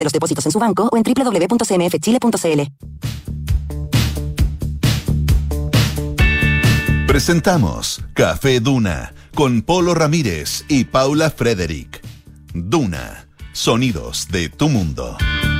los depósitos en su banco o en www.cmfchile.cl. Presentamos Café Duna con Polo Ramírez y Paula Frederick. Duna, sonidos de tu mundo.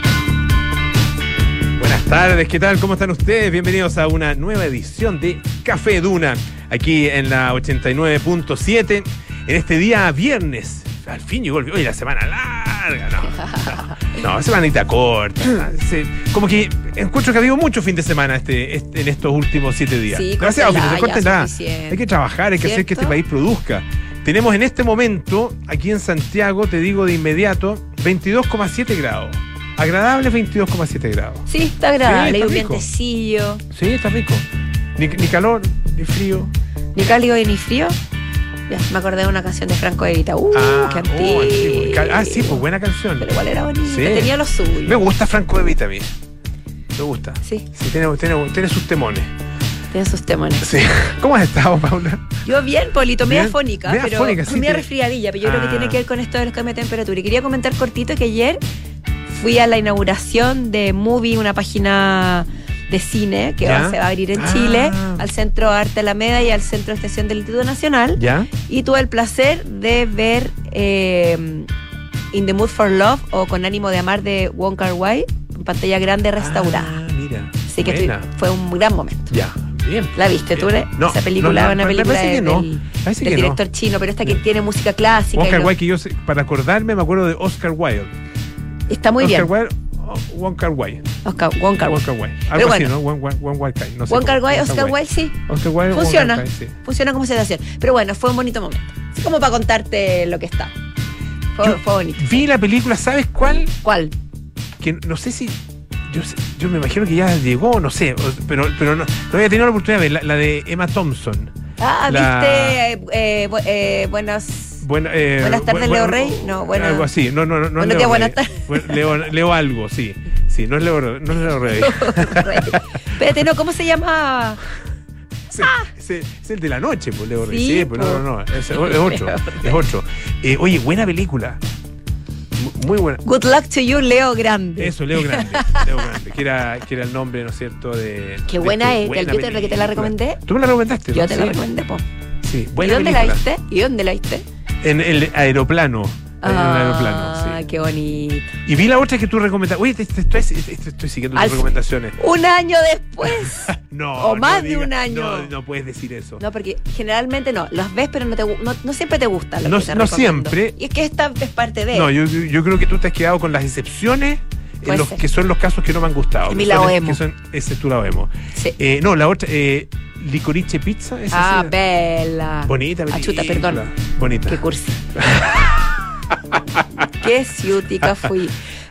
Buenas tardes, ¿qué tal? ¿Cómo están ustedes? Bienvenidos a una nueva edición de Café Duna, aquí en la 89.7, en este día viernes. Al fin llegó oye, la semana larga, no, semanita corta. Como que encuentro que ha habido mucho fin de semana en estos últimos 7 días. Sí, demasiado fin de semana, hay que trabajar, hay que hacer que este país produzca. Tenemos en este momento, aquí en Santiago, te digo de inmediato, 22,7 grados. Agradables 22,7 grados. Sí, está agradable, sí, hay un rico. vientecillo. Sí, está rico. Ni calor, ni frío. Ni cálido ni frío. Ya, me acordé de una canción de Franco De Vita. Qué antiguo. Sí, pues buena canción. Pero igual era bonita, Sí. tenía lo suyo. Me gusta Franco De Vita a mí. Me gusta. Sí. Tiene sus temones. Tiene sus temones. Sí. ¿Cómo has estado, Paula? Yo bien, Polito, media Bien. fónica, Media pero fónica, sí, media resfriadilla, pero yo creo que tiene que ver con esto de los cambios de temperatura. Y quería comentar cortito que ayer fui a la inauguración de Movie, una página de cine que se va a abrir en Chile, al Centro Arte Alameda y al Centro de Extensión del Instituto Nacional. ¿Ya? Y tuve el placer de ver In the Mood for Love o Con ánimo de amar de Wong Kar-wai en pantalla grande restaurada. Mira. Así que fue un gran momento. Ya, bien. ¿La viste tú? No, esa película es una película parece del director chino, pero esta que tiene música clásica. Wong Kar-wai, que yo sé, para acordarme me acuerdo de Oscar Wilde. Está muy bien. Wong Kar-wai. Wong Kar-wai. Algo Pero así, ¿no? Wong Kar-wai. No sé. Wong Kar-wai, Oscar Wilde, sí. Oscar Wilde, Funciona. Wong Kar-wai, sí. Funciona como sensación. Pero bueno, fue un bonito momento. Así como para contarte lo que está. Fue bonito. Vi la película, ¿sabes cuál? ¿Cuál? Que no sé si... Yo me imagino que ya llegó, no sé, pero no había tenido la oportunidad de ver la de Emma Thompson. ¿Viste buenas tardes, Leo Rey? No, bueno. Algo así, no Buenos Leo días, buenas Rey. tardes. Leo algo, sí. Sí, no es Leo Rey. Espérate, no, ¿cómo se llama? Es el de la noche, pues, Leo Rey. Sí, Sí, pues no. Es otro. Es otro. Oye, buena película. Muy buena. Good luck to you, Leo Grande. Eso, Leo Grande, que era el nombre, ¿no es cierto? Qué buena es, que te la recomendé. ¿Tú me la recomendaste? Yo te la recomendé, po. Sí, ¿Y dónde la viste? En el aeroplano. En el aeroplano, sí. Qué bonito. Y vi la otra que tú recomendaste. Oye, te estoy siguiendo tus recomendaciones. Un año después. No. O más de un año. No puedes decir eso. No, porque generalmente las ves, pero no siempre te gusta lo que te No recomiendo. siempre. Y es que esta es parte de. No, yo creo que tú te has quedado con las excepciones. Que son los casos que no me han gustado. Mi lado emo. Ese es tu lado emo. Sí. No, la otra, Licorice Pizza. Bella. Bonita película. Chuta, perdón. Bonita. Qué cursi. Qué ciútica fui.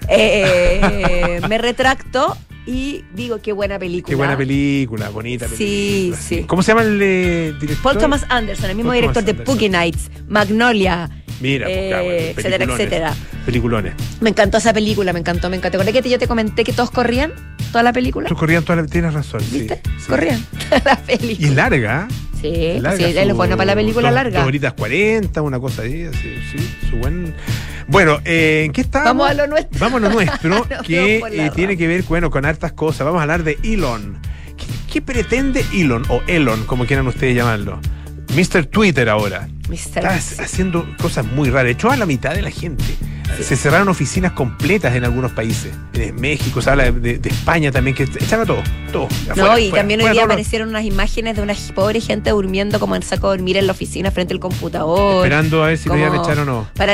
Me retracto y digo, qué buena película. Qué buena película, bonita película. Sí. ¿Cómo se llama el director? Paul Thomas Anderson, el mismo director de Boogie Nights, Magnolia. Mira, etcétera. Peliculones. Me encantó esa película, me encantó. ¿Te acordás que yo te comenté que todos corrían toda la película? Todos corrían tienes razón. ¿Viste? Sí. Corrían la película. Y larga. Sí, es bueno para la película larga. 2 horitas 40, una cosa ahí, así, sí, su buen... Bueno, ¿en qué estamos? Vamos a lo nuestro. Vamos a lo nuestro, que tiene que ver con hartas cosas. Vamos a hablar de Elon. ¿Qué pretende Elon, o Elon, como quieran ustedes llamarlo? Mr. Twitter ahora. Está haciendo cosas muy raras. Echó a la mitad de la gente. Sí. Se cerraron oficinas completas en algunos países. En México, se habla de España también, que echan a todo. También hoy día aparecieron unas imágenes de una pobre gente durmiendo como en saco de dormir en la oficina frente al computador. Esperando a ver si lo iban a echar o no. Para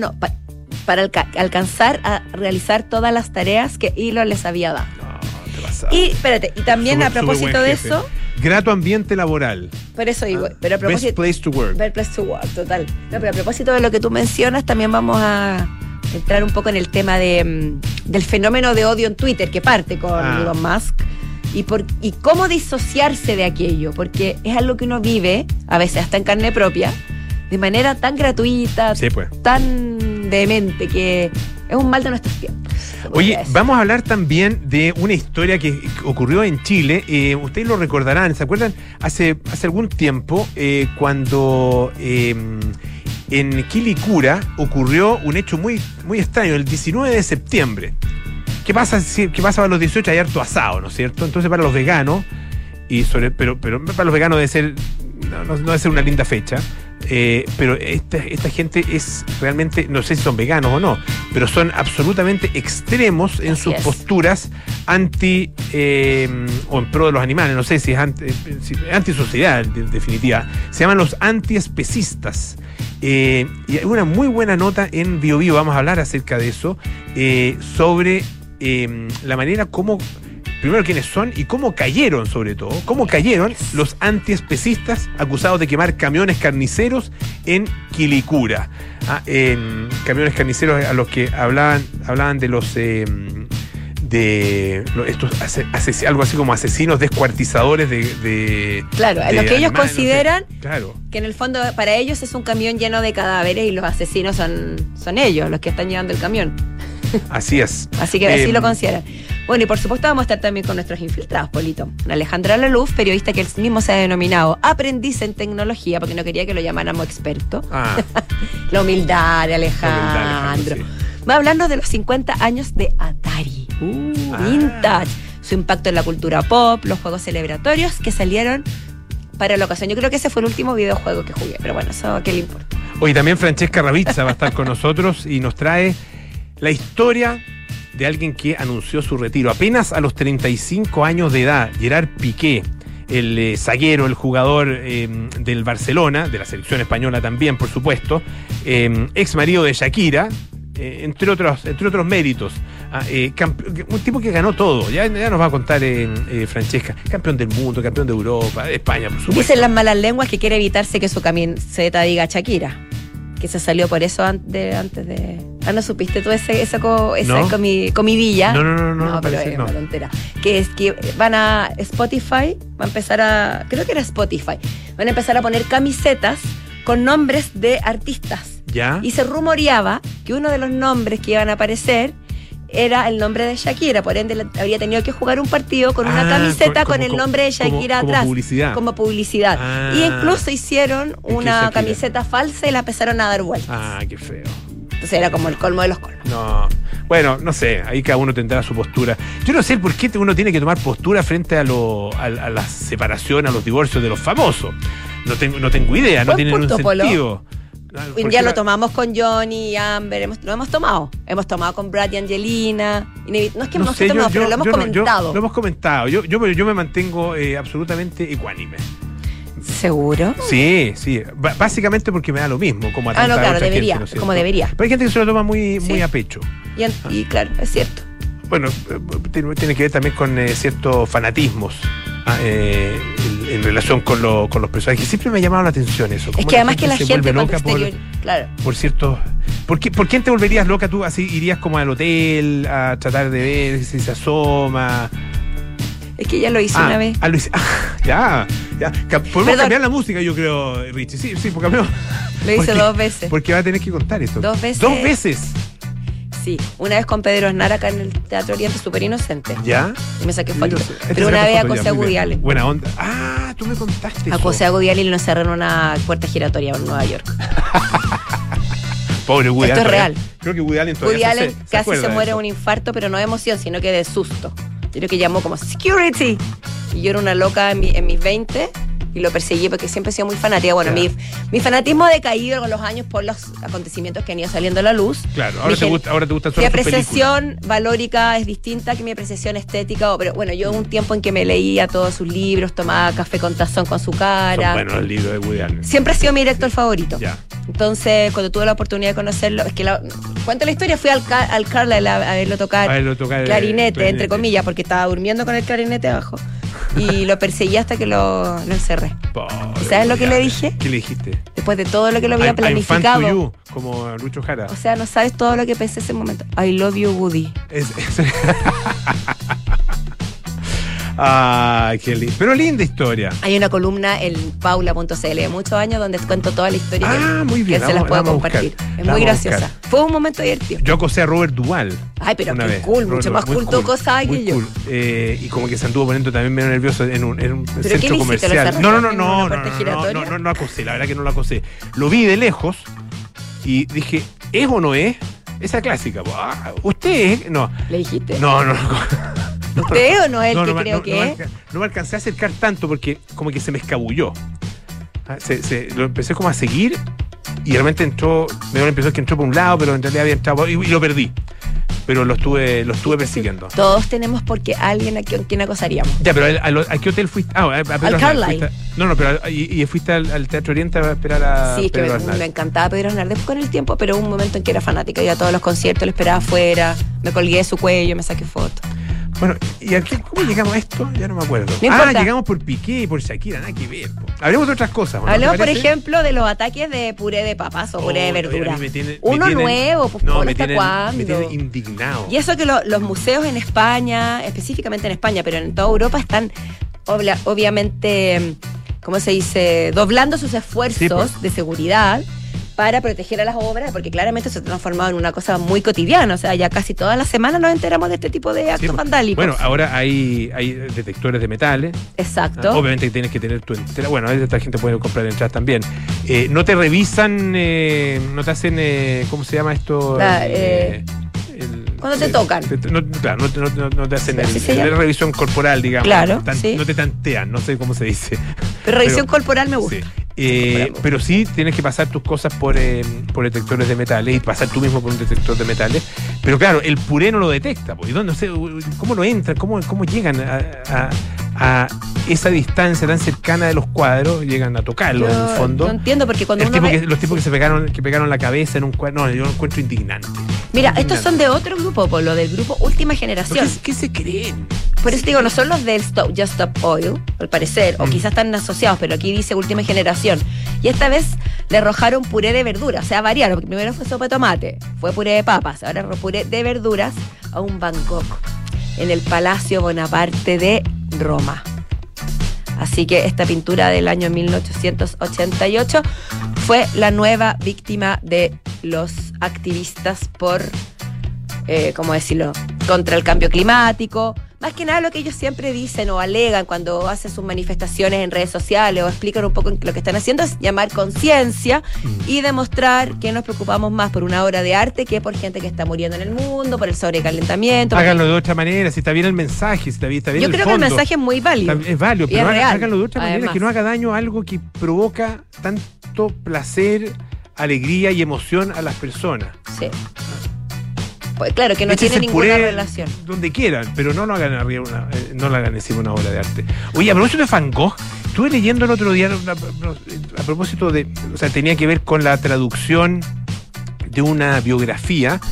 alcanzar a realizar todas las tareas que Elon les había dado. No, te pasaba. Y espérate, y también a propósito de eso... Grato ambiente laboral. Por eso digo, pero a propósito... Best place to work. Best place to work, total. No, pero a propósito de lo que tú mencionas, también vamos a entrar un poco en el tema del fenómeno de odio en Twitter, que parte con Elon Musk, y cómo disociarse de aquello, porque es algo que uno vive, a veces hasta en carne propia, de manera tan gratuita, tan demente, que es un mal de nuestros tiempos. Oye, vamos a hablar también de una historia que ocurrió en Chile. Ustedes lo recordarán, ¿se acuerdan? Hace algún tiempo, cuando en Quilicura ocurrió un hecho muy, muy extraño, el 19 de septiembre. ¿Qué pasa para los 18? Hay harto asado, ¿no es cierto? Entonces para los veganos, pero para los veganos no debe ser una linda fecha, pero esta gente es realmente, no sé si son veganos o no, pero son absolutamente extremos en sus posturas anti o en pro de los animales, no sé si es anti-sociedad en definitiva. Se llaman los antiespecistas. Y hay una muy buena nota en BioBio, vamos a hablar acerca de eso, sobre la manera como, primero quiénes son y cómo cayeron, sobre todo, cómo cayeron los antiespecistas acusados de quemar camiones carniceros en Quilicura. En camiones carniceros a los que hablaban de los algo así como asesinos descuartizadores de claro, a lo que ellos consideran, no sé, claro, que en el fondo para ellos es un camión lleno de cadáveres y los asesinos son ellos los que están llevando el camión. Así es. Así que así lo consideran. Bueno, y por supuesto vamos a estar también con nuestros infiltrados, Polito. Alejandra Laluz, periodista que él mismo se ha denominado aprendiz en tecnología, porque no quería que lo llamáramos experto. La humildad de Alejandro. Sí. Va a hablarnos de los 50 años de Atari. Vintage. Su impacto en la cultura pop, los juegos celebratorios que salieron para la ocasión. Yo creo que ese fue el último videojuego que jugué, pero bueno, eso a qué le importa. Hoy también Francesca Ravizza va a estar con nosotros y nos trae la historia de alguien que anunció su retiro apenas a los 35 años de edad. Gerard Piqué, el zaguero, el jugador del Barcelona, de la selección española también, por supuesto, ex marido de Shakira, entre otros méritos. Un tipo que ganó todo, ya nos va a contar Francesca. Campeón del mundo, campeón de Europa, de España, por supuesto. Dicen las malas lenguas que quiere evitarse que su camiseta diga Shakira, que se salió por eso antes de... ¿no supiste tú esa comidilla? No, pero es una tontera. Que es que van a Spotify, creo que era Spotify, van a empezar a poner camisetas con nombres de artistas. ¿Ya? Y se rumoreaba que uno de los nombres que iban a aparecer era el nombre de Shakira, por ende habría tenido que jugar un partido con una camiseta con el nombre de Shakira atrás. Como publicidad. Y incluso hicieron una camiseta falsa y la empezaron a dar vueltas. Qué feo. Entonces era como el colmo de los colmos. No, bueno, no sé, ahí cada uno tendrá su postura. Yo no sé por qué uno tiene que tomar postura frente a la separación, a los divorcios de los famosos. No tengo idea, no tiene ningún sentido. Ya lo tomamos con Johnny y Amber, lo hemos tomado. Hemos tomado con Brad y Angelina. No es que hemos tomado, pero lo hemos comentado. Lo hemos comentado. Yo me mantengo absolutamente ecuánime. ¿Seguro? Sí. Básicamente porque me da lo mismo. Como a tanta claro, otra debería, gente, ¿no? como debería. Pero hay gente que se lo toma muy a pecho. Y claro, es cierto. Bueno, tiene que ver también con ciertos fanatismos en relación con los personajes. Siempre me ha llamado la atención eso. Es que además que la gente vuelve loca claro. Por cierto. ¿Por quién te volverías loca tú? Así irías como al hotel a tratar de ver si se asoma. Es que ya lo hice una vez. Lo hice. Ya. Podemos cambiar la música, yo creo, Richie. Sí, porque lo hice 2 veces. Porque va a tener que contar esto. 2 veces. 2 veces. Sí, una vez con Pedro Aznar acá en el Teatro Oriente, súper inocente. ¿Ya? Y me saqué fotos. Pero una vez acosé a Woody Allen. Buena onda. Tú me contaste acosé a Woody Allen y nos cerraron una puerta giratoria en Nueva York. Pobre Woody Allen. Esto es real. Creo que Woody Allen todavía Woody Allen casi se muere de un infarto, pero no de emoción, sino que de susto. Yo creo que llamó como security. Y yo era una loca en mis 20 y lo perseguí porque siempre he sido muy fanática. Bueno, mi fanatismo ha decaído con los años por los acontecimientos que han ido saliendo a la luz. Claro, ahora te gustan solo mi apreciación valórica es distinta que mi apreciación estética. Pero bueno, yo un tiempo en que me leía todos sus libros, tomaba café con tazón con su cara. Son buenos los libros de Woody Allen. Siempre ha sido mi director favorito. Ya. Entonces, cuando tuve la oportunidad de conocerlo, es que cuento la historia, fui al Carlyle a verlo tocar clarinete, entre comillas, porque estaba durmiendo con el clarinete abajo. Y lo perseguí hasta que lo encerré. ¿Y sabes lo que le dije? ¿Qué le dijiste? Después de todo lo que lo había planificado. I'm fan to you, como Lucho Jara. O sea, no sabes todo lo que pensé ese momento. I love you, Woody. Ay, qué lindo. Pero linda historia. Hay una columna en paula.cl de muchos años donde cuento toda la historia muy bien, que se las puedo compartir. Es muy graciosa. Fue un momento divertido. Yo acosé a Robert Duvall. Ay, pero qué cool, mucho más cool tu cosa que yo. Y como que se anduvo poniendo también medio nervioso en un centro comercial. No acosé, la verdad que no lo acosé. Lo vi de lejos Y dije, ¿es o no es? Esa clásica. ¿Usted es? No. ¿Le dijiste? No. ¿Usted es o no es el que creo que es? No me alcancé a acercar tanto porque como que se me escabulló. Lo empecé como a seguir y realmente entró, me dio la impresión que entró por un lado, pero en realidad había entrado y lo perdí. Pero lo estuve persiguiendo. Todos tenemos porque alguien a quien acosaríamos. Ya, pero ¿a qué hotel fuiste? Al Carlyle. No, pero ¿y fuiste al Teatro Oriente a esperar a Sí, es que me encantaba Pedro Aznar después con el tiempo, pero hubo un momento en que era fanática, iba a todos los conciertos, lo esperaba afuera, me colgué de su cuello, me saqué fotos. Bueno, ¿y cómo llegamos a esto? Ya no me acuerdo. Llegamos por Piqué y por Shakira, nada que ver. Hablemos de otras cosas. Hablemos, por ejemplo, de los ataques de puré de papas o puré de verdura. Nuevo, pues ¿hasta cuándo? Me tiene indignado. Y eso que los museos en España, específicamente en España, pero en toda Europa, están obviamente, ¿cómo se dice?, doblando sus esfuerzos de seguridad para proteger a las obras, porque claramente se ha transformado en una cosa muy cotidiana. O sea, ya casi todas las semanas nos enteramos de este tipo de actos vandálicos. Bueno, ahora hay detectores de metales. Exacto. Obviamente tienes que tener tu entrada. Bueno, esta gente puede comprar entradas también. No te revisan, no te hacen, ¿cómo se llama esto? Cuando te tocan. No te hacen la revisión corporal, digamos. Claro, no te tantean, no sé cómo se dice. Pero revisión corporal me gusta. Sí. Pero sí tienes que pasar tus cosas por detectores de metales y pasar tú mismo por un detector de metales. Pero claro, el puré no lo detecta. ¿Y dónde? No sé, ¿cómo lo entran? ¿Cómo llegan a esa distancia tan cercana de los cuadros? Llegan a tocarlo en el fondo. No entiendo, porque cuando los tipos que pegaron la cabeza en un cuadro. No, yo lo encuentro indignante. Mira, estos son de otro grupo, Polo, del grupo Última Generación. ¿Qué se creen? Por eso te digo, no son los del Just Stop Oil, al parecer, o quizás están asociados, pero aquí dice Última Generación. Y esta vez le arrojaron puré de verduras, o sea, variaron, porque primero fue sopa de tomate, fue puré de papas, ahora puré de verduras a un Bangkok en el Palacio Bonaparte de Roma. Así que esta pintura del año 1888 fue la nueva víctima de los activistas por, ¿cómo decirlo?, contra el cambio climático. Más que nada lo que ellos siempre dicen o alegan cuando hacen sus manifestaciones en redes sociales o explican un poco lo que están haciendo es llamar conciencia y demostrar que nos preocupamos más por una obra de arte que por gente que está muriendo en el mundo, por el sobrecalentamiento. Háganlo de otra manera, si está bien el mensaje, si está bien el fondo. Yo creo que el mensaje es muy válido. Es válido, pero es háganlo de otra manera, que no haga daño a algo que provoca tanto placer, alegría y emoción a las personas. Sí. Pues claro, que no tiene ninguna relación. Donde quieran, pero no lo hagan arriba no lo hagan encima una obra de arte. Oye, a propósito de Van Gogh, estuve leyendo el otro día a propósito de, o sea, tenía que ver con la traducción de una biografía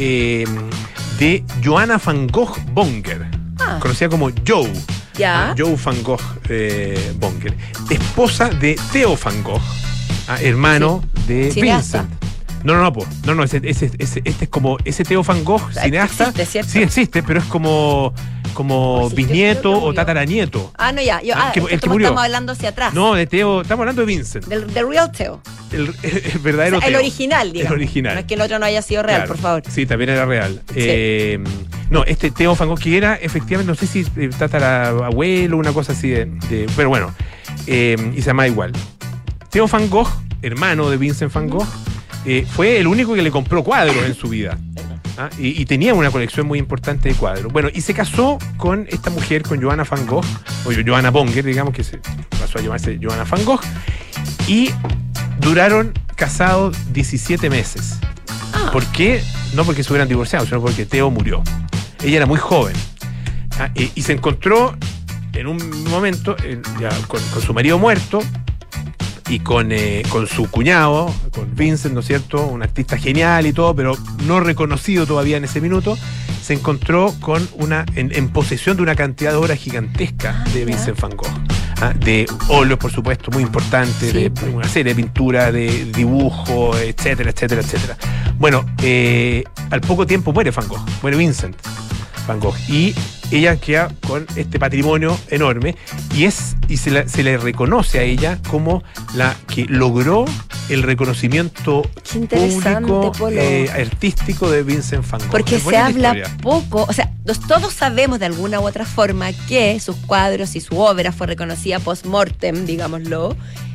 de Johanna Van Gogh Bonger, conocida como Joe. Ya. Joe Van Gogh Bonger, esposa de Theo Van Gogh, hermano de Vincent. No, este es como ese Theo Van Gogh, cineasta. Existe, ¿cierto? Sí existe, pero es como bisnieto o tataranieto. No, ya. El que murió. Estamos hablando hacia atrás. No, de Theo, estamos hablando de Vincent. Del real Theo. El verdadero Theo. El original, digamos. El original. No es que el otro no haya sido real, claro. Por favor. Sí, también era real. Sí. No, este Theo Van Gogh, que era efectivamente, no sé si tatarabuelo, una cosa así pero bueno, y se llama igual. Theo Van Gogh, hermano de Vincent Van Gogh, fue el único que le compró cuadros en su vida. Y tenía una colección muy importante de cuadros. Bueno, y se casó con esta mujer, con Johanna Van Gogh, o Johanna Bonger, digamos, que se pasó a llamarse Johanna Van Gogh, y duraron casados 17 meses. ¿Por qué? No porque se hubieran divorciado, sino porque Theo murió. Ella era muy joven. Y se encontró en un momento ya con su marido muerto, y con su cuñado, con Vincent, ¿no es cierto?, un artista genial y todo, pero no reconocido todavía en ese minuto, se encontró con en posesión de una cantidad de obras gigantesca de Vincent Van Gogh. De óleos, por supuesto, muy importantes, sí, de una serie de pinturas, de dibujo, etcétera, etcétera, etcétera. Bueno, al poco tiempo muere Vincent Van Gogh, y ella queda con este patrimonio enorme y se le reconoce a ella como la que logró el reconocimiento público, artístico de Vincent Van Gogh. Porque se habla poco, o sea, todos sabemos de alguna u otra forma que sus cuadros y su obra fue reconocida post-mortem, digámoslo,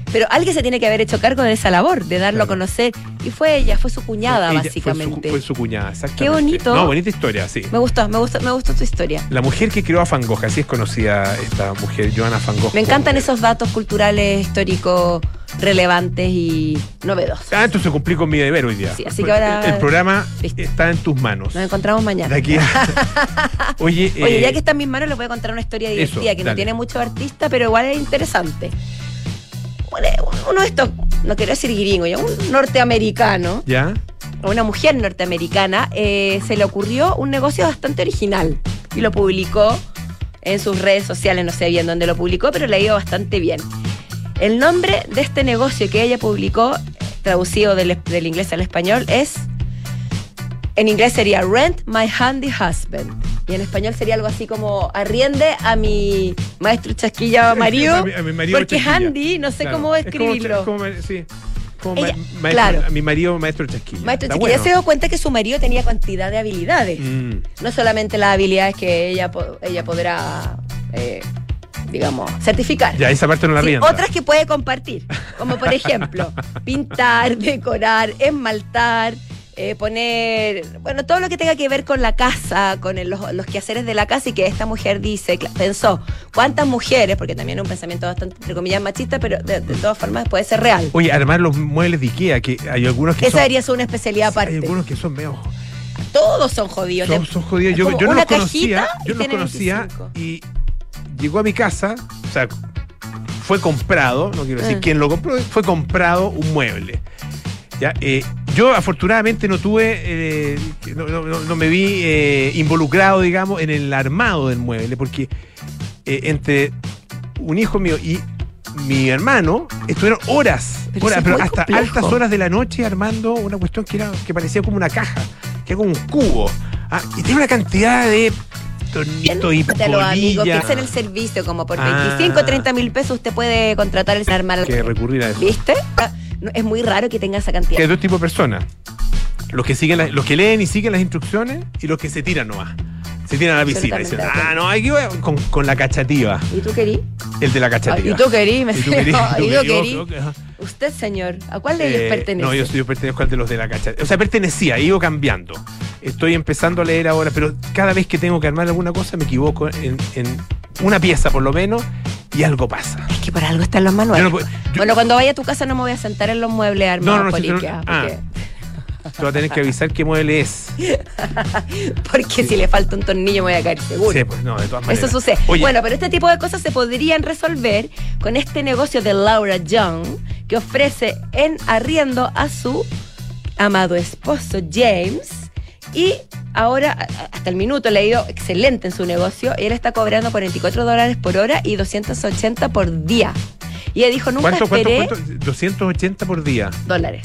Pero alguien se tiene que haber hecho cargo de esa labor, de darlo a conocer. Y fue ella, fue su cuñada, básicamente. Fue su cuñada, exactamente. Qué bonito. No, bonita historia, sí. Me gustó tu historia. La mujer que creó a Van Gogh, así es conocida esta mujer, Johanna Van Gogh. Me encantan esos datos culturales, históricos, relevantes y novedosos. Entonces cumplí con mi deber hoy día. Sí, así que ahora... El programa está en tus manos. Nos encontramos mañana. De aquí Oye, ya que está en mis manos, les voy a contar una historia divertida que no tiene muchos artistas, pero igual es interesante. Uno de estos, no quiero decir gringo, ya un norteamericano, ¿ya? O una mujer norteamericana, se le ocurrió un negocio bastante original y lo publicó en sus redes sociales, no sé bien dónde lo publicó, pero le ha ido bastante bien. El nombre de este negocio que ella publicó, traducido del inglés al español, en inglés sería Rent My Handy Husband. Y en español sería algo así como arriende a mi maestro chasquilla marido. a mi marido porque chasquilla. Handy, no sé cómo escribirlo. A mi marido maestro chasquilla. Maestro chasquilla. Bueno. Se dio cuenta que su marido tenía cantidad de habilidades. No solamente las habilidades que ella podrá... digamos, certificar. Ya, esa parte no la rienda. Otras que puede compartir, como por ejemplo, pintar, decorar, esmaltar, poner, bueno, todo lo que tenga que ver con la casa, con los quehaceres de la casa, y que esta mujer pensó, ¿cuántas mujeres? Porque también es un pensamiento bastante, entre comillas, machista, pero de todas formas puede ser real. Oye, armar los muebles de Ikea, que hay algunos que esa debería ser una especialidad aparte. Hay algunos que son medio... Todos son jodidos. Son jodidos. Yo no los conocía y llegó a mi casa, o sea, fue comprado, no quiero decir quién lo compró, fue comprado un mueble. ¿Ya? Yo afortunadamente no tuve, no me vi involucrado, digamos, en el armado del mueble, porque entre un hijo mío y mi hermano estuvieron horas, pero hasta complejo. Altas horas de la noche armando una cuestión que parecía como una caja, que era como un cubo, y tiene una cantidad de tornitos y polillas. Amigos, piensa en el servicio, como por 25 o 30 mil pesos usted puede contratar el armar. Que recurrir a eso. ¿Viste? Es muy raro que tenga esa cantidad. Hay dos tipos de personas. Los que leen y siguen las instrucciones, y los que se tiran nomás. Se tiran a la piscina y dicen, no, aquí voy con la cachativa. ¿Y tú querís? El de la cachativa. ¿Y tú querís? Usted, señor, ¿a cuál de ellos pertenece? No, yo pertenezco al de los de la cachativa. O sea, pertenecía, he ido cambiando. Estoy empezando a leer ahora, pero cada vez que tengo que armar alguna cosa me equivoco en una pieza por lo menos, y algo pasa. Es que por algo están los manuales. Bueno, cuando vaya a tu casa no me voy a sentar en los muebles armados por Ikea. Te va a tener que avisar qué mueble es. Porque si le falta un tornillo me voy a caer seguro. Sí, pues no, de todas maneras. Eso sucede. Oye, bueno, pero este tipo de cosas se podrían resolver con este negocio de Laura Young, que ofrece en arriendo a su amado esposo James. Y ahora, hasta el minuto, le ha ido excelente en su negocio. Él está cobrando $44 por hora y $280 por día. Y ella dijo, nunca esperé... ¿Cuánto? 280 por día. $280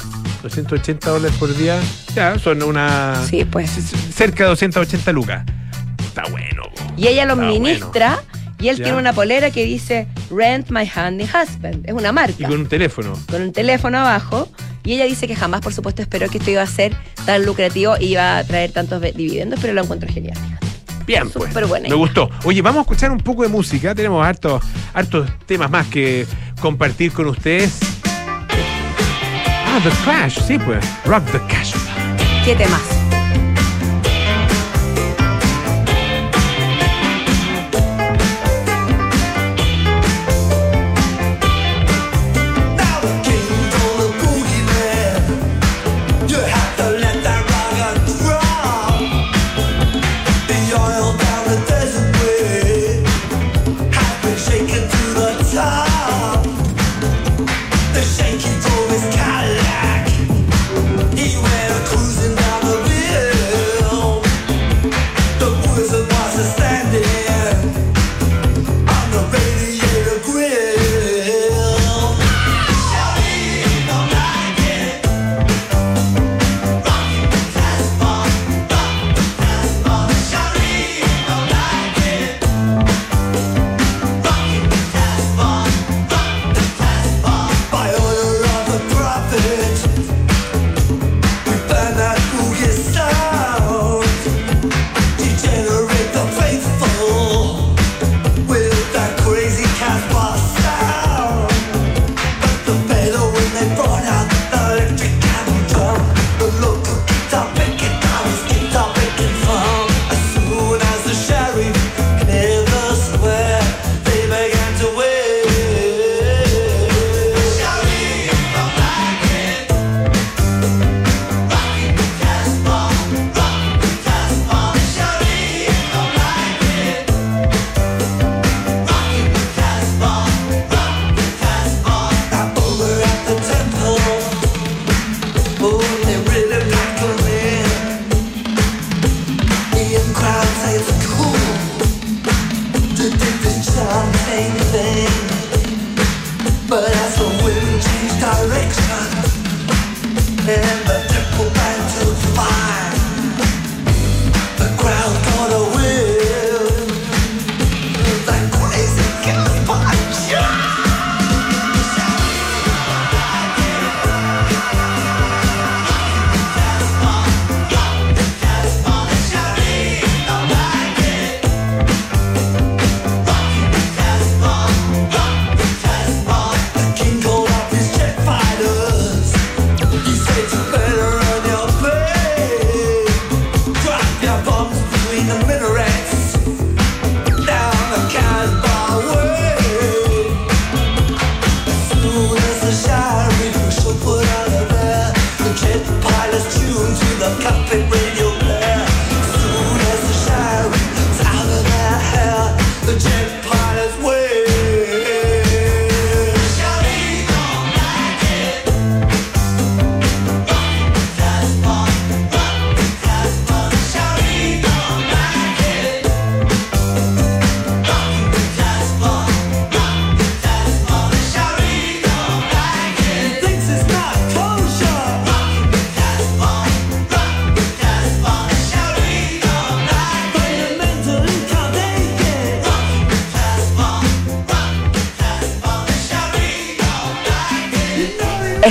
por día. Ya, son una... Sí, pues. Cerca de 280 lucas. Está bueno. Y ella lo administra, bueno. Y él tiene una polera que dice Rent My Handy Husband. Es una marca. Y con un teléfono. Con un teléfono abajo. Y ella dice que jamás, por supuesto, esperó que esto iba a ser tan lucrativo y iba a traer tantos dividendos, pero lo encuentro genial. Bien, pues. Súper buena. Me gustó. Oye, vamos a escuchar un poco de música. Tenemos hartos temas más que compartir con ustedes. The Clash, sí, pues. Rock the Cash. ¿Qué temas? Degenerate the faith.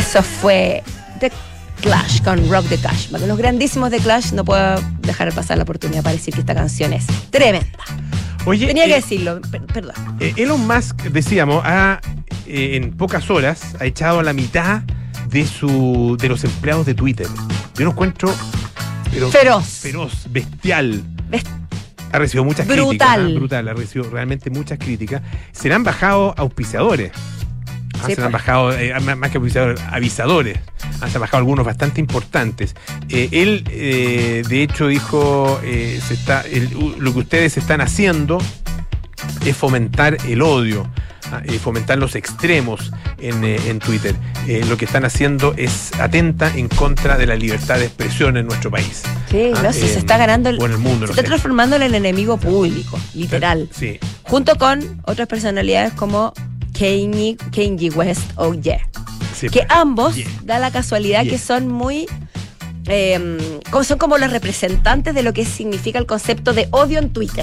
Eso fue The Clash con Rock the Clash. Para los grandísimos de Clash no puedo dejar pasar la oportunidad para decir que esta canción es tremenda. Oye, tenía que decirlo, perdón. Elon Musk, decíamos, en pocas horas ha echado a la mitad de los empleados de Twitter. Yo lo encuentro feroz, bestial. Ha recibido muchas críticas. Brutal, ha recibido realmente muchas críticas. Se le han bajado auspiciadores. Sí, se han bajado, más que auspiciadores, avisadores. Se han bajado algunos bastante importantes. Él, de hecho, dijo, lo que ustedes están haciendo es fomentar el odio, fomentar los extremos en Twitter. Lo que están haciendo es atenta en contra de la libertad de expresión en nuestro país. Sí, se está ganando en el mundo. Se está transformando en el enemigo público, literal. Sí. Junto con otras personalidades como Kanye West o Ye. Sí, que ambos da la casualidad que son muy son como los representantes de lo que significa el concepto de odio en Twitter.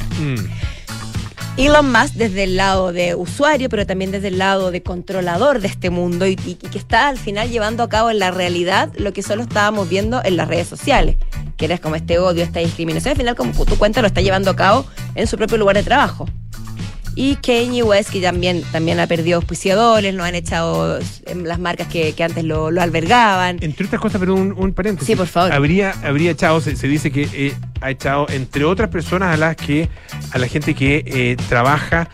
Elon Musk desde el lado de usuario, pero también desde el lado de controlador de este mundo y que está al final llevando a cabo en la realidad lo que solo estábamos viendo en las redes sociales, que era como este odio, esta discriminación. Al final, como tú cuentas, lo está llevando a cabo en su propio lugar de trabajo. Y Kanye West, que también ha perdido auspiciadores, lo han echado en las marcas que antes lo albergaban. Entre otras cosas, pero un paréntesis. Sí, por favor. Habría echado, se dice que ha echado, entre otras personas, a la gente que trabaja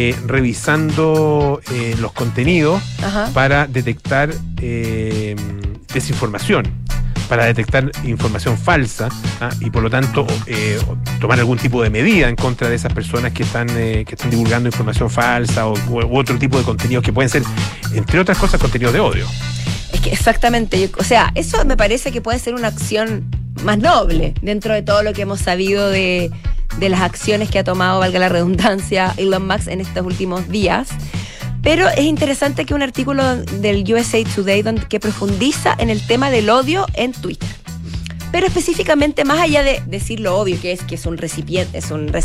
revisando los contenidos. Ajá. Para detectar desinformación, para detectar información falsa, y por lo tanto tomar algún tipo de medida en contra de esas personas que están divulgando información falsa u otro tipo de contenidos que pueden ser, entre otras cosas, contenidos de odio. Es que exactamente, eso me parece que puede ser una acción más noble dentro de todo lo que hemos sabido de las acciones que ha tomado, valga la redundancia, Elon Musk en estos últimos días. Pero es interesante que un artículo del USA Today que profundiza en el tema del odio en Twitter. Pero específicamente, más allá de decir lo odio, que es un recipiente,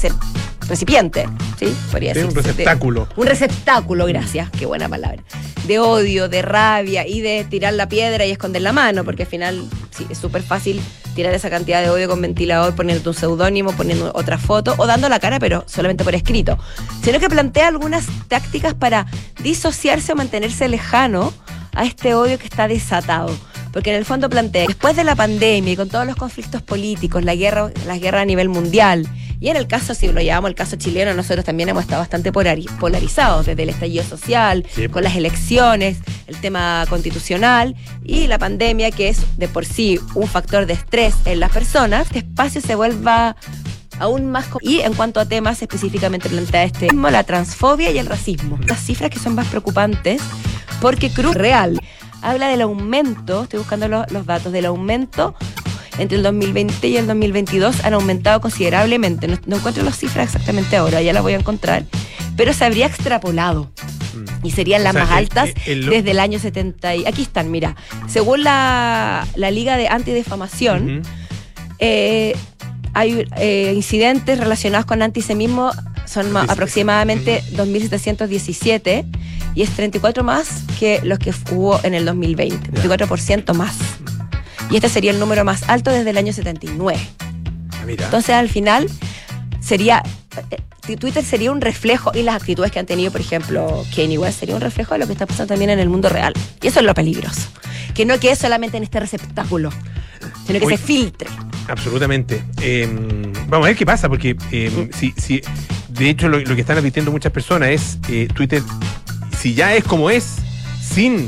¿sí? Podría decirse. Un receptáculo. Un receptáculo, gracias, qué buena palabra. De odio, de rabia y de tirar la piedra y esconder la mano, porque al final sí, es súper fácil tirar esa cantidad de odio con ventilador, poniendo un seudónimo, poniendo otra foto o dando la cara, pero solamente por escrito. Sino que plantea algunas tácticas para disociarse o mantenerse lejano a este odio que está desatado. Porque en el fondo plantea, después de la pandemia y con todos los conflictos políticos, las guerras a nivel mundial, y en el caso, si lo llamamos el caso chileno, nosotros también hemos estado bastante polarizados, desde el estallido social, sí, con las elecciones, el tema constitucional y la pandemia, que es de por sí un factor de estrés en las personas. Este espacio se vuelva aún más... Y en cuanto a temas, específicamente plantea la transfobia y el racismo. Las cifras que son más preocupantes, porque Cruz Real habla del aumento, estoy buscando los datos, del aumento entre el 2020 y el 2022 han aumentado considerablemente. No encuentro las cifras exactamente ahora, ya las voy a encontrar, pero se habría extrapolado y serían las más altas desde el año 70. Aquí están, mira, según la Liga de Antidifamación, hay incidentes relacionados con antisemitismo, son aproximadamente 2.717 y es 34 más que los que hubo en el 2020, 24% más. Y este sería el número más alto desde el año 79. Mira. Entonces, al final, Twitter sería un reflejo, y las actitudes que han tenido, por ejemplo, Kanye West, sería un reflejo de lo que está pasando también en el mundo real. Y eso es lo peligroso. Que no quede solamente en este receptáculo, sino que se filtre. Absolutamente. Vamos a ver qué pasa, porque si de hecho lo que están advirtiendo muchas personas es Twitter, si ya es como es, sin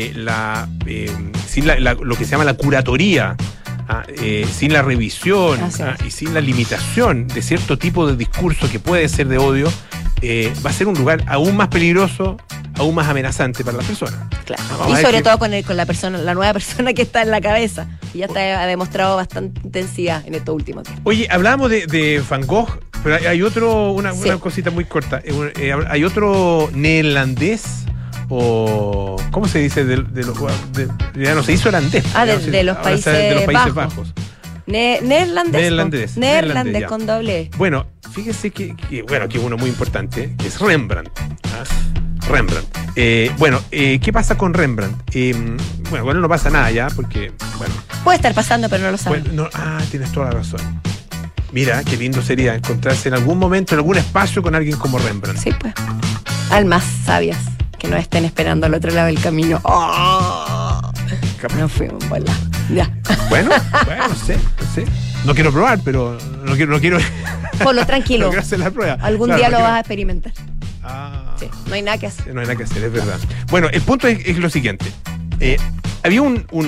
lo que se llama la curatoría, sin la revisión y sin la limitación de cierto tipo de discurso que puede ser de odio, va a ser un lugar aún más peligroso, aún más amenazante para las personas. Claro. Y sobre todo con la nueva persona que está en la cabeza, y ya ha demostrado bastante intensidad en estos últimos tiempos. Oye, hablábamos de Van Gogh, pero hay una cosita muy corta. Hay otro neerlandés, o ¿cómo se dice? Ya no se hizo holandés. De los Países Bajos. Neerlandés con doble. Bueno, fíjese que uno muy importante, que es Rembrandt. Rembrandt. Bueno, ¿qué pasa con Rembrandt? Bueno, no pasa nada ya, porque, bueno. Puede estar pasando, pero no lo sabe. Bueno, tienes toda la razón. Mira, qué lindo sería encontrarse en algún momento, en algún espacio con alguien como Rembrandt. Sí, pues. Almas sabias que no estén esperando al otro lado del camino. ¡Oh! No fuimos en bola. Ya. Bueno, no sé. No quiero probar, pero no quiero. Ponlo tranquilo. No quiero hacer la prueba. Algún día lo vas a experimentar. Sí, no hay nada que hacer. No hay nada que hacer, es verdad. Bueno, el punto es lo siguiente. Había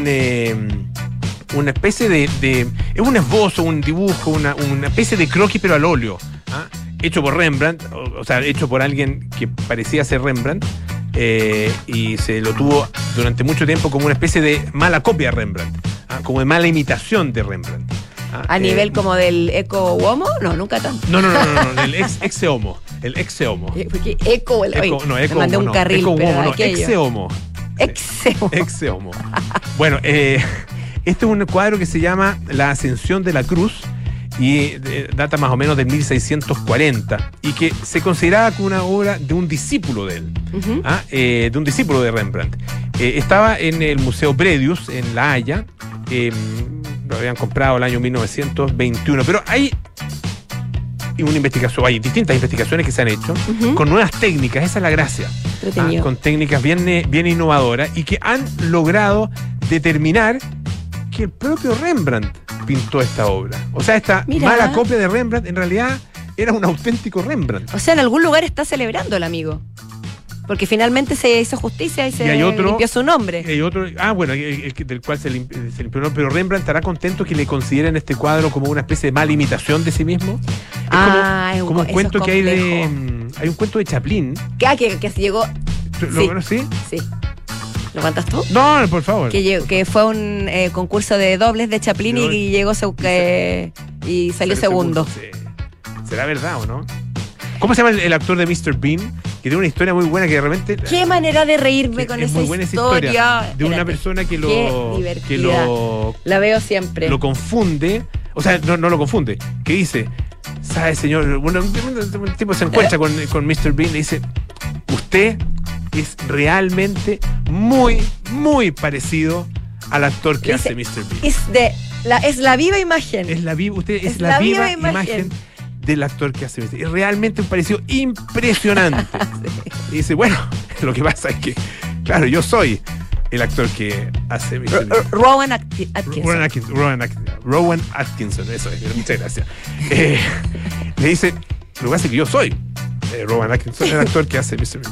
una especie de es un esbozo, un dibujo, una especie de croquis, pero al óleo, hecho por Rembrandt, o sea, hecho por alguien que parecía ser Rembrandt, y se lo tuvo durante mucho tiempo como una especie de mala copia de Rembrandt, como de mala imitación de Rembrandt. ¿A nivel como del Eco Homo? No, nunca tanto. No, el ex Homo. El ex Homo. Porque Eco, me mandé un carril, Eco pero Homo, aquello. Ex Homo. Ex Homo. Bueno, este es un cuadro que se llama La Ascensión de la Cruz y data más o menos de 1640 y que se consideraba como una obra de un discípulo de él, de un discípulo de Rembrandt. Estaba en el Museo Bredius en La Haya, lo habían comprado el año 1921, pero hay distintas investigaciones que se han hecho con nuevas técnicas, esa es la gracia, con técnicas bien innovadoras y que han logrado determinar que el propio Rembrandt pintó esta obra. O sea, esta mala copia de Rembrandt en realidad era un auténtico Rembrandt. O sea, en algún lugar está celebrando el amigo. Porque finalmente se hizo justicia y se limpió su nombre. Y hay otro, del cual se limpió el nombre, pero Rembrandt estará contento que le consideren este cuadro como una especie de mala imitación de sí mismo. Es como un cuento que hay un cuento de Chaplin. Que se llegó. ¿Sí? Sí. ¿Lo cantas tú? No, por favor. Que fue un concurso de dobles de Chaplin y llegó y salió segundo. Sí. ¿Será verdad o no? ¿Cómo se llama el actor de Mr. Bean? Que tiene una historia muy buena que de repente... Qué manera de reírme con esa historia. De una persona que lo... La veo siempre. Lo confunde. O sea, no lo confunde. Que dice, ¿sabe, señor? Bueno, un tipo se encuentra con Mr. Bean y le dice, usted es realmente muy, muy parecido al actor que hace Mr. Bean. Es la viva imagen. Usted es la viva imagen del actor que hace Mr. Bean. Es realmente un parecido impresionante. Sí. Y dice, bueno, lo que pasa es que, claro, yo soy el actor que hace Mr. Bean. Rowan Atkinson. Rowan Atkinson, eso es, muchas gracias. Le dice, lo que pasa es que yo soy Rowan Atkinson, el actor que hace Mr. Bean.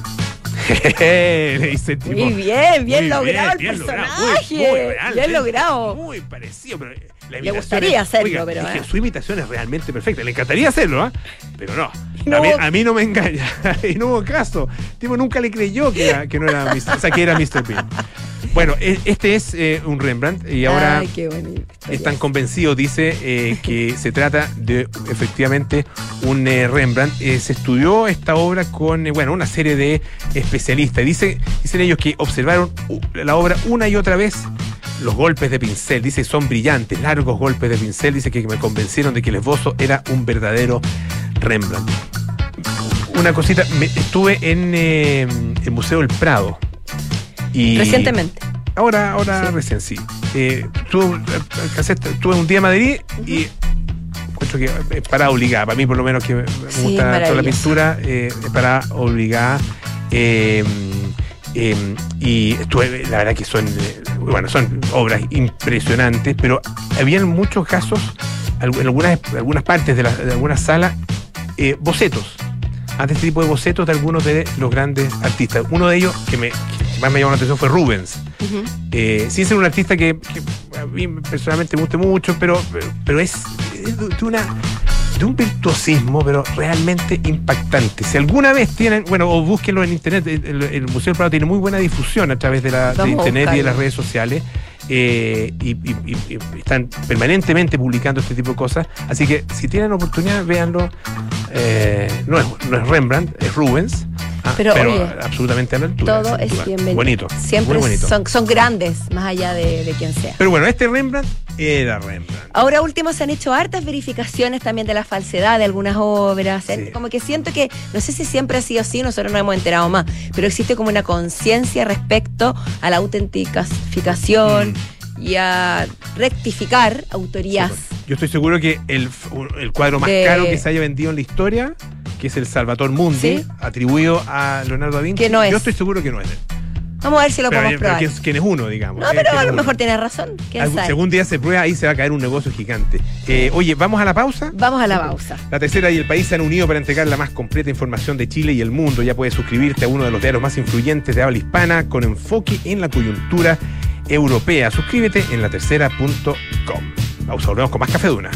Le dice el tipo, muy bien logrado el personaje. Muy real, bien logrado. Muy parecido, pero le gustaría hacerlo, pero. Es que su imitación es realmente perfecta. Le encantaría hacerlo, pero no. A mí no me engaña. Y no hubo caso. El tipo nunca le creyó que no era Mr. O sea, que era Mr. Bean. Bueno, este es un Rembrandt y ahora están convencidos, dice, que se trata de efectivamente un Rembrandt. Se estudió esta obra con una serie de especialistas. Dicen ellos que observaron la obra una y otra vez. Los golpes de pincel, dice, son brillantes, largos golpes de pincel. Dice que me convencieron de que el esbozo era un verdadero Rembrandt. Una cosita, estuve en el Museo del Prado. Recientemente. Ahora sí. Recién, sí. Estuve un día en Madrid y encuentro que es parada obligada. Para mí, por lo menos, que me gusta toda la pintura, es parada obligada. Y estuve, la verdad que son obras impresionantes, pero habían muchos casos, en algunas partes de algunas salas, bocetos. Antes este tipo de bocetos de algunos de los grandes artistas. Uno de ellos que más me llamó la atención fue Rubens. Sin ser un artista que a mí personalmente me guste mucho, pero es de un virtuosismo, pero realmente impactante. Si alguna vez tienen, o búsquenlo en internet, el Museo del Prado tiene muy buena difusión a través de internet y de las redes sociales. Y están permanentemente publicando este tipo de cosas. Así que si tienen oportunidad, véanlo. No es Rembrandt, es Rubens. Pero oye, absolutamente a la altura. Todo es bienvenido. Bonito. Siempre muy bonito. Son grandes, más allá de quien sea. Pero bueno, este Rembrandt era Rembrandt. Ahora último se han hecho hartas verificaciones también de la falsedad de algunas obras. Sí. Como que siento que, no sé si siempre ha sido así, nosotros nos hemos enterado más, pero existe como una conciencia respecto a la autentificación y a rectificar autorías. Sí, yo estoy seguro que el cuadro más caro que se haya vendido en la historia, que es el Salvator Mundi, ¿sí? atribuido a Leonardo da Vinci, que no es. Yo estoy seguro que no es él. Vamos a ver si lo podemos probar. ¿Quién es uno, digamos? No, pero a lo mejor tienes razón. ¿Quién sabe? Según día se prueba, ahí se va a caer un negocio gigante. Oye, ¿vamos a la pausa? Vamos a la pausa. La Tercera y El País se han unido para entregar la más completa información de Chile y el mundo. Ya puedes suscribirte a uno de los diarios más influyentes de habla hispana con enfoque en la coyuntura europea. Suscríbete en latercera.com. Pausa, volvemos con más Café Duna.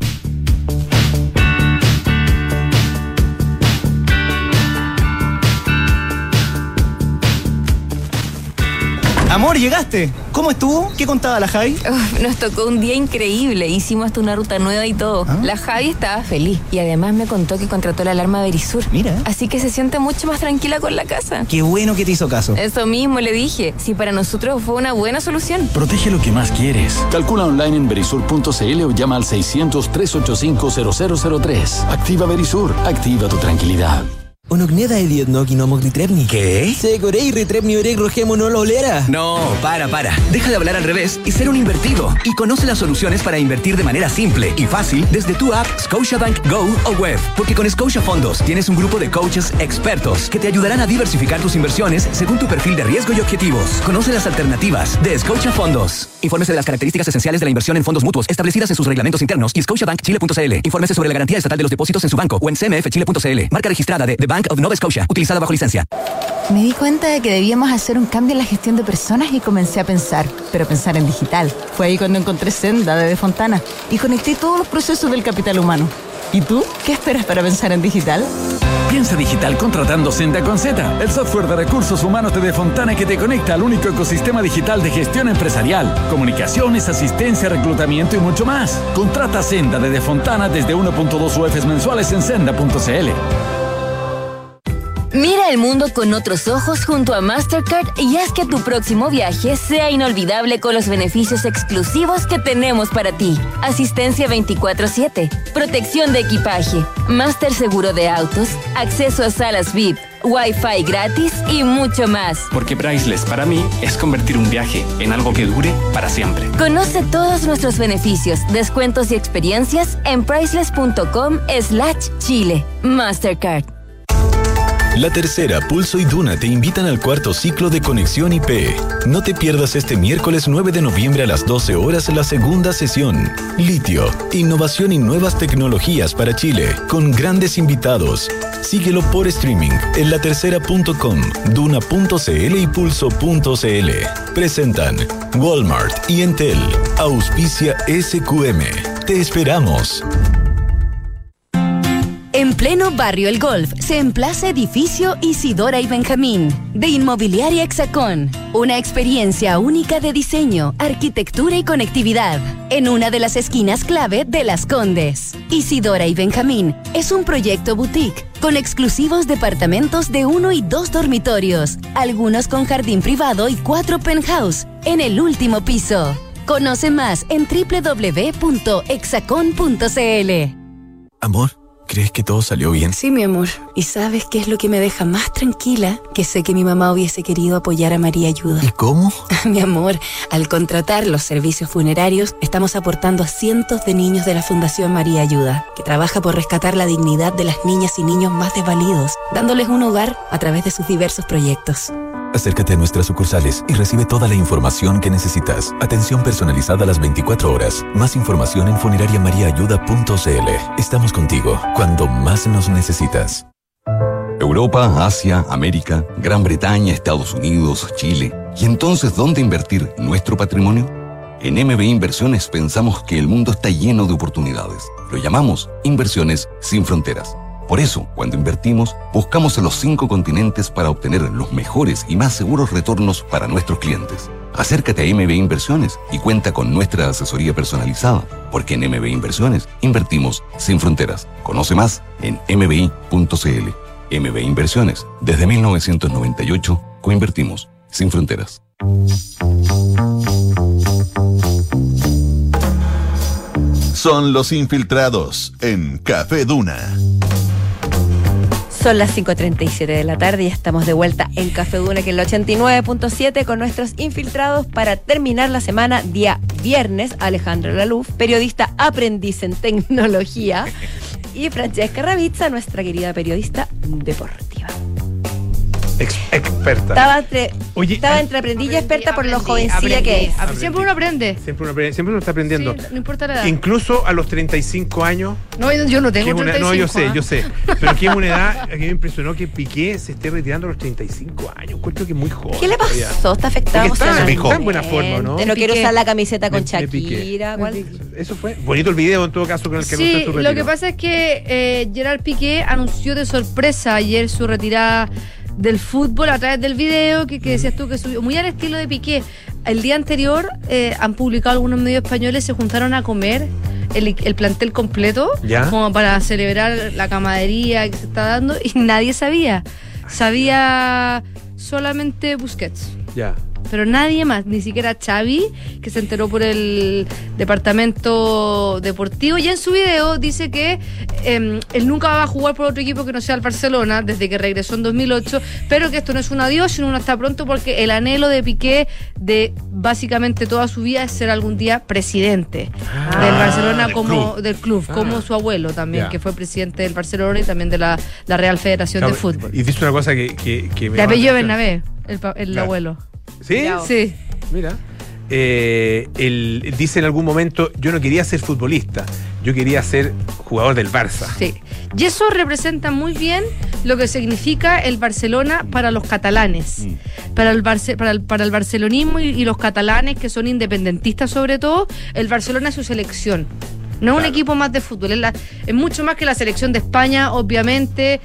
Amor, llegaste. ¿Cómo estuvo? ¿Qué contaba la Javi? Nos tocó un día increíble. Hicimos hasta una ruta nueva y todo. La Javi estaba feliz. Y además me contó que contrató la alarma de Verisur. Mira. Así que se siente mucho más tranquila con la casa. Qué bueno que te hizo caso. Eso mismo le dije. Si para nosotros fue una buena solución. Protege lo que más quieres. Calcula online en verisur.cl o llama al 600-385-0003. Activa Verisur. Activa tu tranquilidad. Onogneda edietnoki no mogritrepni. ¿Qué? Segorei retrepni oreg rogemo no lolera. No, para. Deja de hablar al revés y ser un invertido. Y conoce las soluciones para invertir de manera simple y fácil desde tu app Scotiabank Go o web. Porque con Scotia Fondos tienes un grupo de coaches expertos que te ayudarán a diversificar tus inversiones según tu perfil de riesgo y objetivos. Conoce las alternativas de Scotia Fondos. Infórmese de las características esenciales de la inversión en fondos mutuos establecidas en sus reglamentos internos y scotiabankchile.cl. Infórmese sobre la garantía estatal de los depósitos en su banco o en cmfchile.cl. Marca registrada de The Bank of Nova Scotia, utilizada bajo licencia. Me di cuenta de que debíamos hacer un cambio en la gestión de personas y comencé a pensar en digital. Fue ahí cuando encontré Senda de Fontana y conecté todos los procesos del capital humano. ¿Y tú? ¿Qué esperas para pensar en digital? Piensa digital contratando Senda con Z, el software de recursos humanos de Fontana que te conecta al único ecosistema digital de gestión empresarial, comunicaciones, asistencia, reclutamiento y mucho más. Contrata Senda de Fontana desde 1.2 UFs mensuales en senda.cl. Mira el mundo con otros ojos junto a Mastercard y haz que tu próximo viaje sea inolvidable con los beneficios exclusivos que tenemos para ti. Asistencia 24/7, protección de equipaje, Master seguro de autos, acceso a salas VIP, Wi-Fi gratis y mucho más. Porque Priceless para mí es convertir un viaje en algo que dure para siempre. Conoce todos nuestros beneficios, descuentos y experiencias en priceless.com/Chile. Mastercard. La Tercera, Pulso y Duna te invitan al cuarto ciclo de Conexión IP. No te pierdas este miércoles 9 de noviembre a las 12 horas la segunda sesión. Litio, innovación y nuevas tecnologías para Chile, con grandes invitados. Síguelo por streaming en latercera.com, duna.cl y pulso.cl. Presentan Walmart y Entel. Auspicia SQM. Te esperamos. En pleno barrio El Golf se emplaza edificio Isidora y Benjamín, de Inmobiliaria Hexacón. Una experiencia única de diseño, arquitectura y conectividad, en una de las esquinas clave de Las Condes. Isidora y Benjamín es un proyecto boutique, con exclusivos departamentos de 1 y 2 dormitorios, algunos con jardín privado y 4 penthouse, en el último piso. Conoce más en www.hexacon.cl. Amor, ¿crees que todo salió bien? Sí, mi amor. ¿Y sabes qué es lo que me deja más tranquila? Que sé que mi mamá hubiese querido apoyar a María Ayuda. ¿Y cómo? Mi amor, al contratar los servicios funerarios, estamos aportando a cientos de niños de la Fundación María Ayuda, que trabaja por rescatar la dignidad de las niñas y niños más desvalidos, dándoles un hogar a través de sus diversos proyectos. Acércate a nuestras sucursales y recibe toda la información que necesitas. Atención personalizada a las 24 horas. Más información en funerariamariaayuda.cl. Estamos contigo cuando más nos necesitas. Europa, Asia, América, Gran Bretaña, Estados Unidos, Chile. ¿Y entonces dónde invertir nuestro patrimonio? En MBI Inversiones pensamos que el mundo está lleno de oportunidades. Lo llamamos Inversiones sin Fronteras. Por eso, cuando invertimos, buscamos en los 5 continentes para obtener los mejores y más seguros retornos para nuestros clientes. Acércate a MBI Inversiones y cuenta con nuestra asesoría personalizada, porque en MBI Inversiones invertimos sin fronteras. Conoce más en mbi.cl. MB Inversiones. Desde 1998, coinvertimos sin fronteras. Son los infiltrados en Café Duna. Son las 5:37 de la tarde y estamos de vuelta en Café Duna, que es el 89.7, con nuestros infiltrados para terminar la semana, día viernes. Alejandro Laluf, periodista aprendiz en tecnología, y Francesca Ravizza, nuestra querida periodista deportiva. Experta. Estaba entre aprendiz y experta por lo jovencilla que es. Siempre uno aprende. Siempre uno está aprendiendo. Sí, no importa la edad. Incluso a los 35 años. No, yo no tengo 35. No, yo sé. Pero que es una edad que me impresionó que Piqué se esté retirando a los 35 años. Encuentro que es muy joven. ¿Qué le pasó? Está afectado emocionalmente. Está en buena forma, ¿no? No quiero usar la camiseta con Shakira. Eso fue bonito el video, en todo caso, con el que anunció su retiro. Lo que pasa es que Gerard Piqué anunció de sorpresa ayer su retirada del fútbol a través del video que decías tú que subió, muy al estilo de Piqué. El día anterior han publicado algunos medios españoles, se juntaron a comer el plantel completo, como para celebrar la camaradería que se está dando, y nadie sabía solamente Busquets. Pero nadie más, ni siquiera Xavi, que se enteró por el departamento deportivo. Y en su video dice que él nunca va a jugar por otro equipo que no sea el Barcelona, desde que regresó en 2008, pero que esto no es un adiós, sino un hasta pronto, porque el anhelo de Piqué de básicamente toda su vida es ser algún día presidente del Barcelona, del club, como su abuelo también, que fue presidente del Barcelona y también de la Real Federación de Fútbol. Y dice una cosa que me de apellido Bernabé, el abuelo. ¿Sí? Sí. Mira. Él dice en algún momento, yo no quería ser futbolista, yo quería ser jugador del Barça. Sí. Y eso representa muy bien lo que significa el Barcelona para los catalanes, para el barcelonismo y los catalanes, que son independentistas sobre todo. El Barcelona es su selección. No es un equipo más de fútbol, es mucho más que la selección de España, obviamente.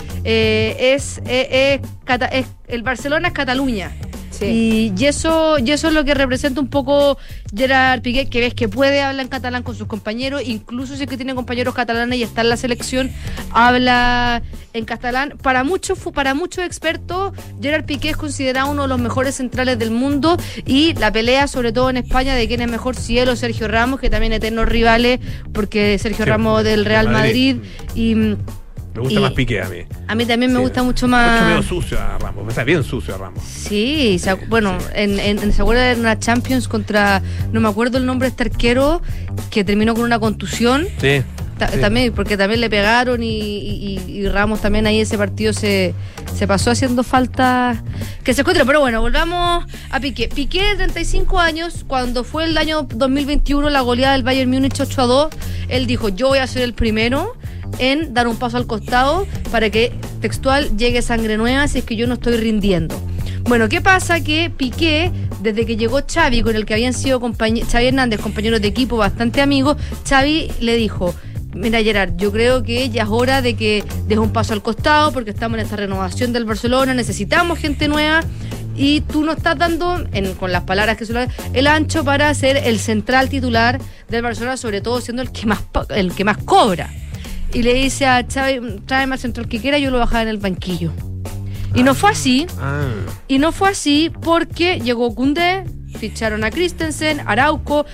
El Barcelona es Cataluña. Sí. Y eso es lo que representa un poco Gerard Piqué, que ves que puede hablar en catalán con sus compañeros, incluso si es que tiene compañeros catalanes y está en la selección, habla en catalán. Para muchos expertos, Gerard Piqué es considerado uno de los mejores centrales del mundo, y la pelea, sobre todo en España, de quién es mejor, si él o Sergio Ramos, que también eternos rivales, porque Sergio Ramos del Real Madrid y... Me gusta más Piqué a mí. A mí también me gusta mucho más. Mucho medio sucio a Ramos. Está bien sucio a Ramos. Sí, ¿se acuerda de una Champions contra, no me acuerdo el nombre de este arquero, que terminó con una contusión? Sí. También, porque también le pegaron y Ramos también ahí ese partido se pasó haciendo falta que se encuentre. Pero bueno, volvamos a Piqué. Piqué, de 35 años, cuando fue el año 2021 la goleada del Bayern Múnich 8-2, él dijo, yo voy a ser el primero en dar un paso al costado para que, textual, llegue sangre nueva si es que yo no estoy rindiendo. Bueno, ¿qué pasa? Que Piqué, desde que llegó Xavi, con el que habían sido Xavi Hernández, compañeros de equipo bastante amigos, Xavi le dijo, mira Gerard, yo creo que ya es hora de que des un paso al costado, porque estamos en esta renovación del Barcelona, necesitamos gente nueva, y tú no estás dando, con las palabras que suele, el ancho para ser el central titular del Barcelona, sobre todo siendo el que más cobra. Y le dice a Xavi, tráeme al central que quiera, yo lo bajaba en el banquillo. Y no fue así. Y no fue así porque llegó Koundé, ficharon a Christensen, Araujo,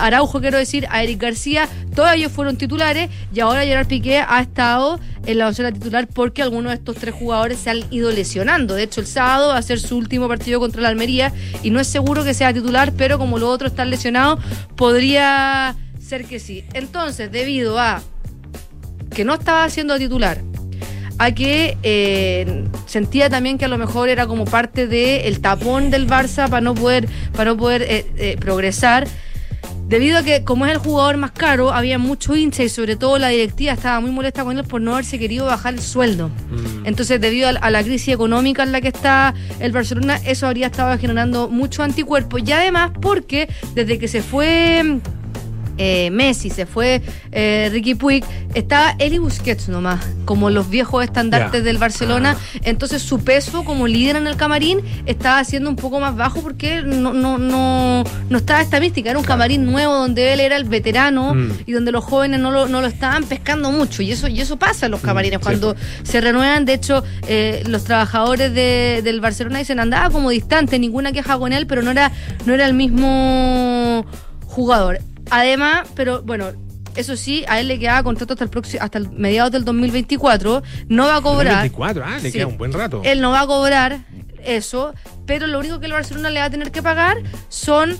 a Eric García, todos ellos fueron titulares, y ahora Gerard Piqué ha estado en la opción titular porque algunos de estos tres jugadores se han ido lesionando. De hecho, el sábado va a ser su último partido contra la Almería y no es seguro que sea titular, pero como los otros están lesionados, podría ser que sí. Entonces, debido a que no estaba siendo titular, a que sentía también que a lo mejor era como parte del tapón del Barça para no poder progresar, debido a que, como es el jugador más caro, había mucho hincha y sobre todo la directiva estaba muy molesta con él por no haberse querido bajar el sueldo. Entonces, debido a la crisis económica en la que está el Barcelona, eso habría estado generando mucho anticuerpo, y además porque desde que se fue Messi, se fue Riqui Puig, estaba él y Busquets nomás, como los viejos estandartes del Barcelona. Entonces su peso como líder en el camarín estaba siendo un poco más bajo porque no estaba esta mística. Era un camarín nuevo donde él era el veterano y donde los jóvenes no lo estaban pescando mucho, y eso pasa en los camarines cuando se renuevan. De hecho, los trabajadores del Barcelona dicen, andaba como distante, ninguna queja con él, pero no era el mismo jugador. Además, pero bueno, eso sí, a él le quedaba contrato hasta el mediados del 2024. No va a cobrar. 2024, le queda un buen rato. Él no va a cobrar eso, pero lo único que el Barcelona le va a tener que pagar son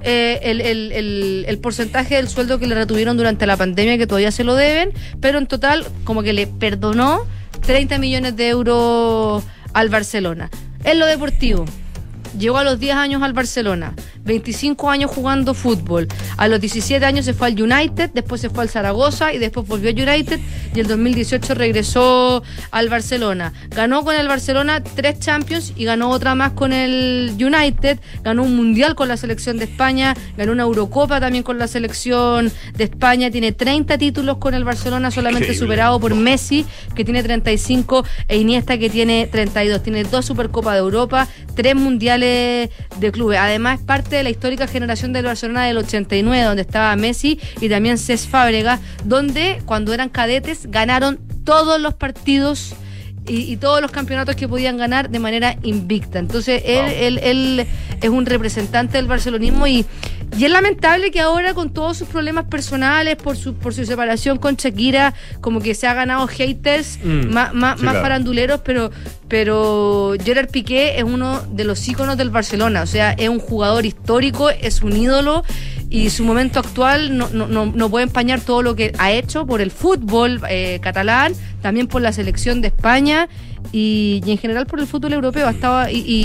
el porcentaje del sueldo que le retuvieron durante la pandemia, que todavía se lo deben, pero en total como que le perdonó 30 millones de euros al Barcelona. En lo deportivo, llegó a los 10 años al Barcelona, 25 años jugando fútbol. A los 17 años se fue al United, después se fue al Zaragoza y después volvió a United, y el 2018 regresó al Barcelona. Ganó con el Barcelona 3 Champions y ganó otra más con el United. Ganó un Mundial con la selección de España, ganó una Eurocopa también con la selección de España. Tiene 30 títulos con el Barcelona, solamente superado por Messi, que tiene 35, e Iniesta, que tiene 32. Tiene 2 Supercopas de Europa, 3 Mundiales de clubes. Además, es parte de la histórica generación del Barcelona del 89, donde estaba Messi y también Cesc Fábregas, donde cuando eran cadetes ganaron todos los partidos y todos los campeonatos que podían ganar de manera invicta. Entonces él es un representante del barcelonismo, y es lamentable que ahora, con todos sus problemas personales por su separación con Shakira, como que se ha ganado haters más faranduleros, pero Gerard Piqué es uno de los íconos del Barcelona. O sea, es un jugador histórico, es un ídolo, y su momento actual no puede empañar todo lo que ha hecho por el fútbol catalán, también por la selección de España y en general por el fútbol europeo. Ha estado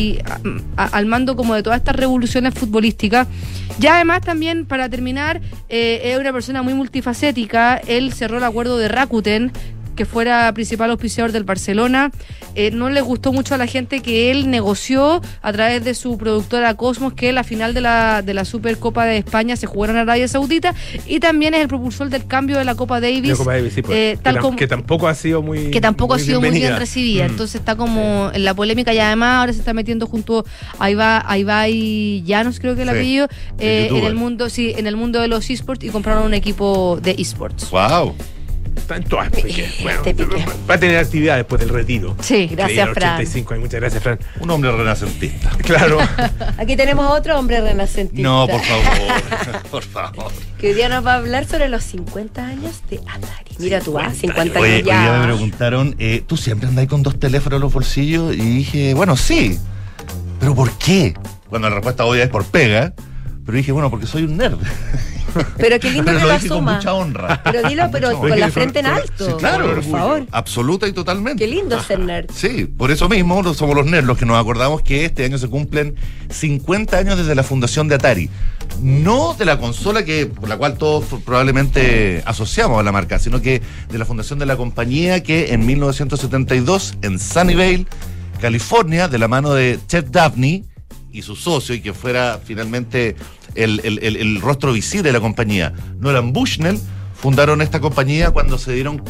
al mando como de todas estas revoluciones futbolísticas. Ya además también, para terminar, es una persona muy multifacética. Él cerró el acuerdo de Rakuten, que fuera principal auspiciador del Barcelona. No le gustó mucho a la gente que él negoció a través de su productora Cosmos que la final de la Supercopa de España se jugara en Arabia Saudita, y también es el propulsor del cambio de la Copa Davis. La Copa Davis, sí, pues, que tampoco ha sido muy muy bien recibida. Entonces está como en la polémica, y además ahora se está metiendo junto a Ibai Llanos, creo que el apellido, en el mundo de los esports, y compraron un equipo de esports. ¡Wow! Tanto bueno, va a tener actividad después del retiro. Sí, gracias, Fran. 85 años. Muchas gracias, Fran. Un hombre renacentista. Claro. Aquí tenemos otro hombre renacentista. No, por favor. Por favor. Que hoy día nos va a hablar sobre los 50 años de Atari. Mira tú, 50 años ya. Hoy día me preguntaron, ¿tú siempre andás con 2 teléfonos en los bolsillos? Y dije, bueno, sí. ¿Pero por qué? Bueno, la respuesta obvia es por pega. Pero dije, bueno, porque soy un nerd. Pero qué lindo que lo asuma. Con mucha honra. Pero dilo, con la frente en alto. Sí, claro, por favor. Absoluta y totalmente. Qué lindo ser nerd. Sí, por eso mismo somos los nerds los que nos acordamos que este año se cumplen 50 años desde la fundación de Atari. No de la consola por la cual todos probablemente asociamos a la marca, sino que de la fundación de la compañía, que en 1972 en Sunnyvale, California, de la mano de Chet Dabney y su socio, y que fuera finalmente el rostro visible de la compañía, Nolan Bushnell, fundaron esta compañía cuando se dieron